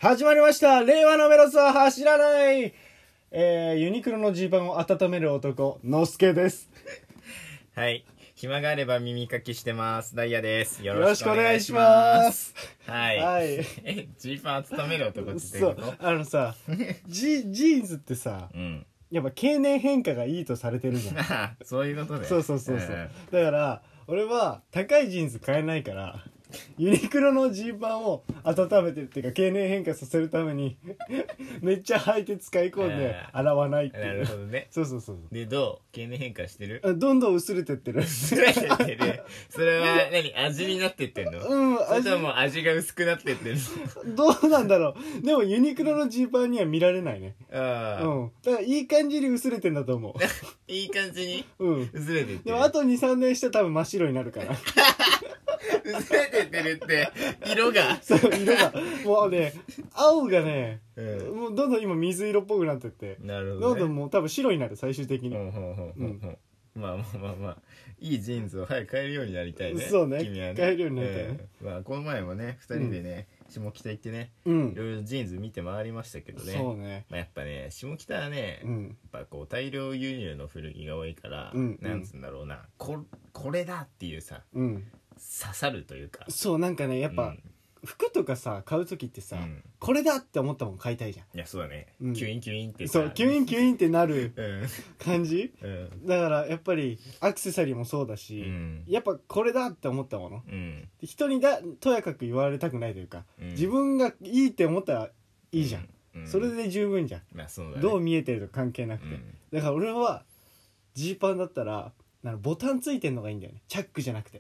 始まりました。令和のメロスは走らない。ユニクロのジーパンを温める男、のすけです。 はい。暇があれば耳かきしてます。ダイヤです。よろしくお願いします。 はい。 はい。 ジーパン温める男ってどういうこと？ そう、さ、ジーンズってさ、やっぱ経年変化がいいとされてるじゃん。 そういうことね。 そう。だから、俺は高いジーンズ買えないから、ユニクロのジーパンを温めてるっていうか経年変化させるためにめっちゃ履いて使い込んで洗わないっていう。 なるほどね。 そうで、どう経年変化してる？ どんどん薄れてってる。 薄れてってる。それは味になってってんの？それとも味が薄くなってってるの？どうなんだろう。でもユニクロのジーパンには見られないね。だからいい感じに薄れてんだと思う。 いい感じに薄れてってる。 でもあと 2,3 年して多分真っ白になるから薄れてってるって色がもうね、青がね、もうどんどん今水色っぽくなってって、 なるほど、ね、 どんどんもう多分白になる最終的に。 まあいいジーンズを早く買えるようになりたいね。 そうね、 君はね買えるようになりたいね。 この前もね2人でね、下北行ってね、いろいろジーンズ見て回りましたけどね。 そうね。 やっぱね下北はね、やっぱこう大量輸入の古着が多いから、なんつうんだろうな、これだっていうさ、刺さるというか。 そう、なんかね、やっぱ、服とかさ買う時ってさ、これだって思ったもん買いたいじゃん。 いや、そうだね、キュインキュインってさ、 そう、キュインってなる感じ、だからやっぱりアクセサリーもそうだし、やっぱこれだって思ったもの、人にとやかく言われたくないというか、自分がいいって思ったらいいじゃん、それで十分じゃん、 そうだね、 どう見えてるとか関係なくて、だから俺はジーパンだったらボタンついてんのがいいんだよね、チャックじゃなくて。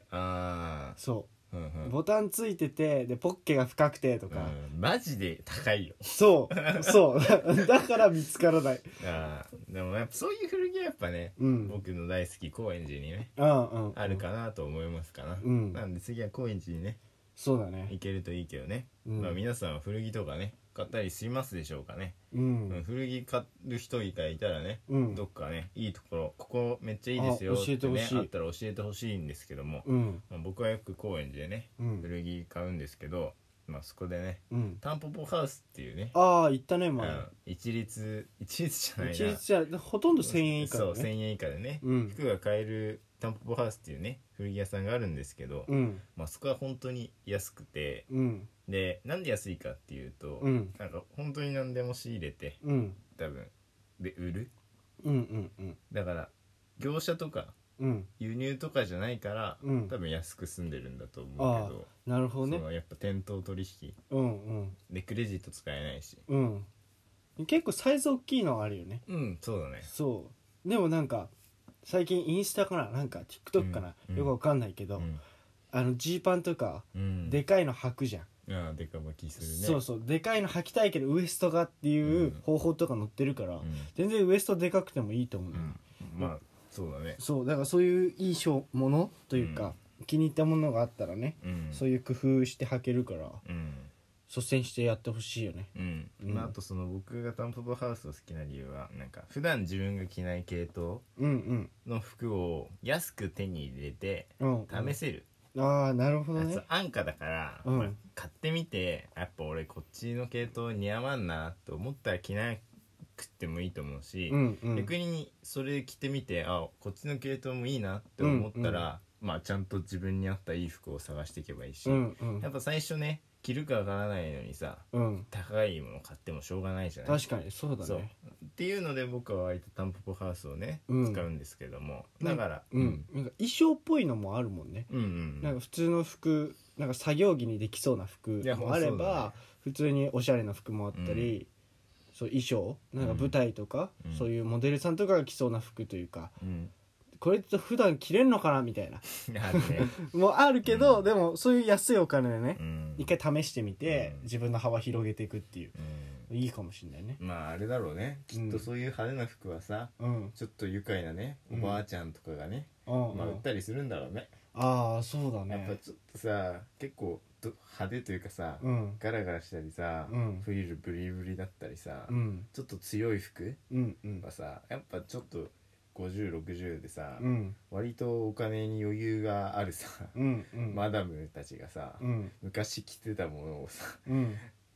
ボタンついてて、でポッケが深くてとか、 マジで高いよ。 そうだから見つからない。 でもやっぱそういう古着はやっぱね、僕の大好き高円寺にね、あるかなと思いますかな。なんで次は高円寺にね、 そうだね、 行けるといいけどね。皆さんは古着とかね買ったりしますでしょうかね。古着買る人がいたらね、どっかねいいところ、ここめっちゃいいですよってね、あったら教えてほしいんですけども、僕はよく高円寺でね、古着買うんですけど、そこでね、タンポポハウスっていうね、 行ったね前、 一律じゃないな、 一律じゃほとんど1000円以下だね。 そう、1000円以下でね、服が買えるタンポポハウスっていうね古着屋さんがあるんですけど、そこは本当に安くて、でなんで安いかっていうと、なんか本当に何でも仕入れて、多分で売る、だから業者とか、輸入とかじゃないから、多分安く済んでるんだと思うけど、 なるほどね、 そのやっぱ店頭取引、でクレジット使えないし、 結構サイズ大きいのあるよね。 そうだね。 そうでもなんか最近インスタかな、なんか TikTok かな、よくわかんないけど、ジーパンとか、でかいの履くじゃん。 でか巻きするね。 そうでかいの履きたいけどウエストがっていう方法とか載ってるから、全然ウエストでかくてもいいと思う、 そうだね。 そうだからそういういいものというか、気に入ったものがあったらね、そういう工夫して履けるから、率先してやってほしいよね。 あとその僕がタンポポハウスを好きな理由は、なんか普段自分が着ない系統の服を安く手に入れて試せる。 なるほどね。 安価だから、買ってみてやっぱ俺こっちの系統似合わんなと思ったら着なくてもいいと思うし、逆にそれ着てみてこっちの系統もいいなって思ったら、ちゃんと自分に合ったいい服を探していけばいいし、やっぱ最初ね着るかわからないのにさ、高いもの買ってもしょうがないじゃない。 確かにそうだね。 っていうので僕は割とタンポポハウスをね、使うんですけども、だから、 なんか衣装っぽいのもあるもんね。なんか普通の服、なんか作業着にできそうな服もあれば、普通におしゃれな服もあったり、そう衣装なんか舞台とか、そういうモデルさんとかが着そうな服というか、これって普段着れんのかなみたいなもうあるけど、でもそういう安いお金でね、一回試してみて、自分の幅広げていくっていう、いいかもしれないね。 あれだろうね、きっとそういう派手な服はさ、ちょっと愉快なねおばあちゃんとかがね、売ったりするんだろうね。 そうだね。 やっぱちょっとさ結構派手というかさ、ガラガラしたりさ、フリルブリブリだったりさ、ちょっと強い服はさ、やっぱちょっと50、60でさ、割とお金に余裕があるさ、マダムたちがさ、昔着てたものをさ、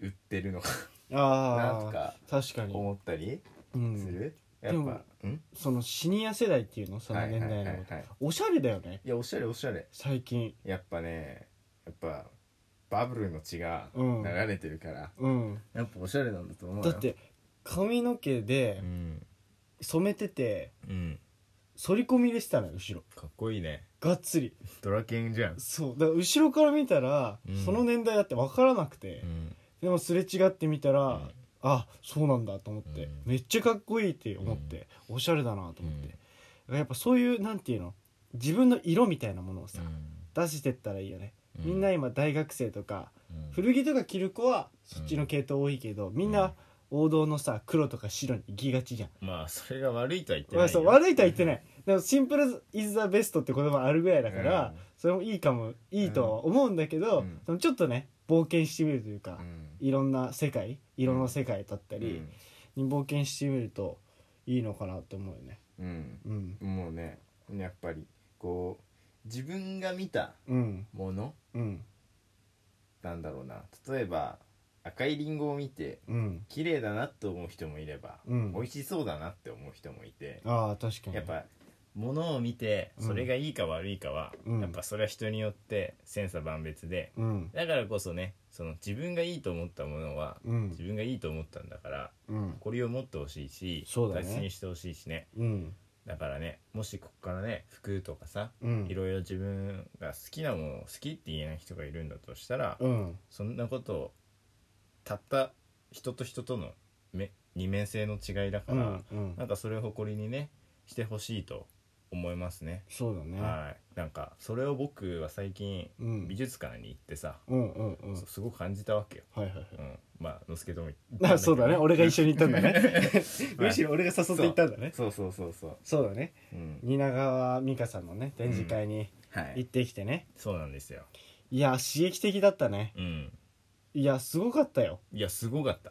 売ってるのかなとか確かに思ったりする、やっぱそのシニア世代っていうのその年代のおしゃれだよね。 いやおしゃれおしゃれ最近やっぱね、やっぱバブルの血が流れてるから、やっぱおしゃれなんだと思うよ。 だって髪の毛で染めてて、反り込みでしたね後ろ。 かっこいいね。 がっつりドラケンじゃん。 そうだから後ろから見たら、その年代だって分からなくて、でもすれ違ってみたら、あそうなんだと思って、めっちゃかっこいいって思って、おしゃれだなと思って、やっぱそういうなんていうの自分の色みたいなものをさ、出してったらいいよね。みんな今大学生とか、古着とか着る子はそっちの系統多いけど、みんな王道のさ黒とか白に行きがちじゃん。 まあそれが悪いとは言ってないよ。 そう悪いとは言ってない。でもシンプルイズザベストって言葉あるぐらいだから、それもいいかもいいとは思うんだけど、そのちょっとね冒険してみるというか、いろんな世界色の世界だったりに冒険してみるといいのかなって思うよね。 もうねやっぱりこう自分が見たもの、なんだろうな、例えば赤いリンゴを見て、綺麗だなと思う人もいれば、美味しそうだなって思う人もいて、 確かにやっぱ物を見てそれがいいか悪いかは、やっぱそれは人によって千差万別で、だからこそねその自分がいいと思ったものは、自分がいいと思ったんだから、誇りを持ってほしいし、大切にしてほしいしね、だからねもしここからね服とかさ、いろいろ自分が好きなものを好きって言えない人がいるんだとしたら、そんなことをたった人と人との二面性の違いだから、なんかそれを誇りにねしてほしいと思いますね。 そうだね。 はい。なんかそれを僕は最近、美術館に行ってさ、すごく感じたわけよ。まあのすけとも言ったんだけど、 そうだね。俺が一緒に行ったんだね。むしろ俺が誘って行ったんだね。 そうそうだね。蜷川美香さんのね展示会に行ってきてね。 そうなんですよ。 いや刺激的だったね。いやすごかったよ。 いやすごかった。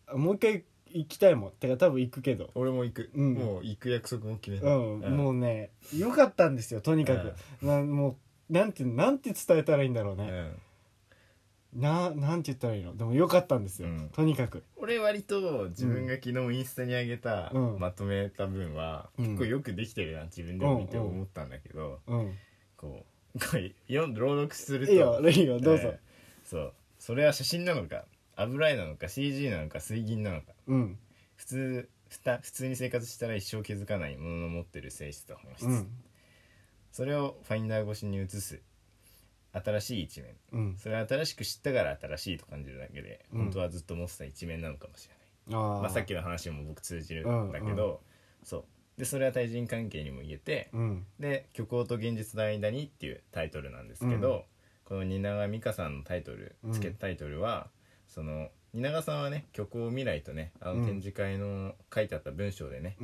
もう一回行きたいもん。てか多分行くけど。 俺も行く。もう行く約束も決めた。 もうね良かったんですよとにかく。もうなんて伝えたらいいんだろうね。なんて言ったらいいの。でも良かったんですよ、とにかく。 俺割と自分が昨日インスタに上げた、まとめた分は結構よくできてるな自分でも見て思ったんだけど、こう朗読するといいよどうぞ。 それは写真なのか油絵なのか CG なのか水銀なのか、普通に生活したら一生気づかないものの持ってる性質と本質、それをファインダー越しに映す新しい一面、それは新しく知ったから新しいと感じるだけで、本当はずっと持ってた一面なのかもしれない。さっきの話も僕通じるんだけど、でそれは対人関係にも言えて、で虚構と現実の間にっていうタイトルなんですけど、この蜷川美香さんのタイトルは、その蜷川さんはね虚構未来とね展示会の書いてあった文章でね、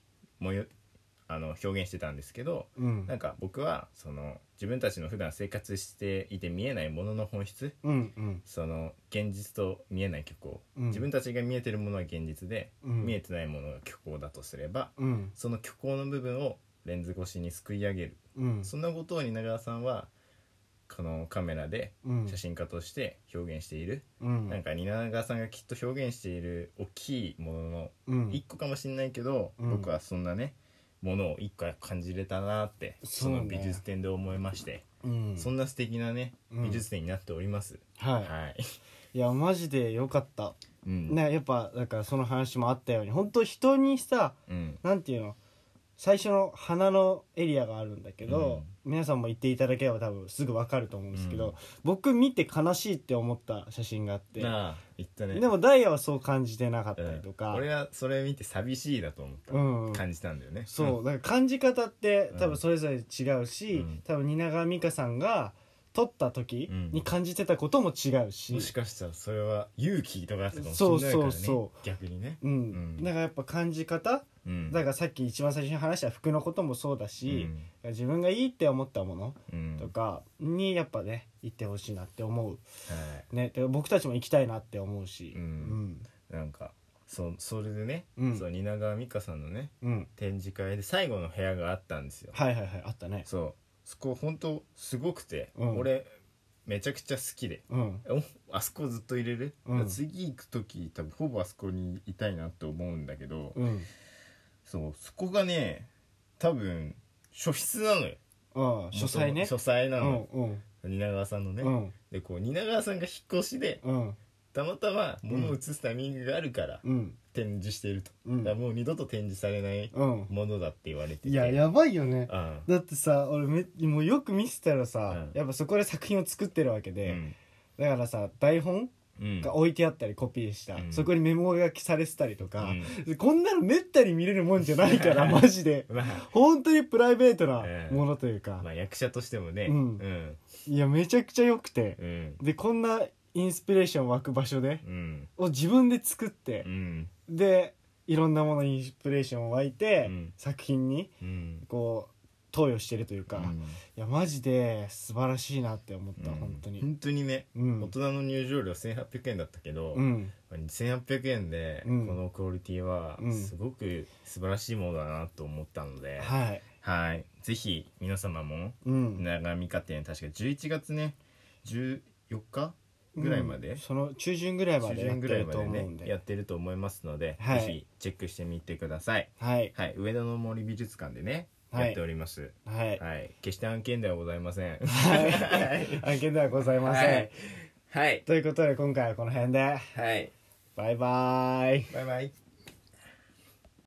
表現してたんですけど、なんか僕はその自分たちの普段生活していて見えないものの本質、その現実と見えない虚構、自分たちが見えてるものは現実で、見えてないものが虚構だとすれば、その虚構の部分をレンズ越しにすくい上げる、そんなことを蜷川さんはこのカメラで写真家として表現している、なんか蜷川さんがきっと表現している大きいものの一個かもしれないけど、僕はそんなねものを一個感じれたなって、その美術展で思いまして、そんな素敵なね美術展になっております。 いやマジでよかった、やっぱだからその話もあったように本当人にさ、なんていうの最初の花のエリアがあるんだけど、皆さんも行っていただければ多分すぐ分かると思うんですけど、僕見て悲しいって思った写真があって、言ったね。でもダイヤはそう感じてなかったりとか、 俺はそれ見て寂しいだと思った、感じたんだよね。 そうだから感じ方って多分それぞれ違うし、多分蜷川美香さんが撮った時に感じてたことも違うし、 もしかしたらそれは勇気とかあったかもしれないからね。逆にね。 だからやっぱ感じ方、だからさっき一番最初に話した服のこともそうだし、自分がいいって思ったものとかにやっぱね行ってほしいなって思う、ね。僕たちも行きたいなって思うし、 なんかそれでね、そう蜷川美香さんのね、展示会で最後の部屋があったんですよ。 あったね。 そこ本当すごくて、俺めちゃくちゃ好きで、あそこずっと入れる、次行く時多分ほぼあそこにいたいなと思うんだけど、そこがね多分初出なのよ。 書斎ね。 書斎なの、蜷川さんのね、でこう蜷川さんが引っ越しで、たまたま物を移すタイミングがあるから展示していると、だからもう二度と展示されないものだって言われてて、 いややばいよね、だってさ俺もうよく見せたらさ、やっぱそこで作品を作ってるわけで、だからさ台本が置いてあったりコピーした、そこにメモ書きされてたりとか、こんなのめったに見れるもんじゃないからマジで本当にプライベートなものというか、 役者としてもね、 いやめちゃくちゃ良くて、でこんなインスピレーション湧く場所で、を自分で作って、でいろんなものインスピレーション湧いて、作品にこう投与してるというか、いやマジで素晴らしいなって思った、本当にね、大人の入場料1800円だったけど、2800円でこのクオリティはすごく素晴らしいものだなと思ったので、ぜひ皆様も長見家店、確か11月ね14日ぐらいまで、 その中旬ぐらいまでやってると思うんで、 やってると思いますので、ぜひチェックしてみてください。上野の森美術館でねやっております。決して案件ではございません。 案件ではございません。ということで今回はこの辺で、バイバイ。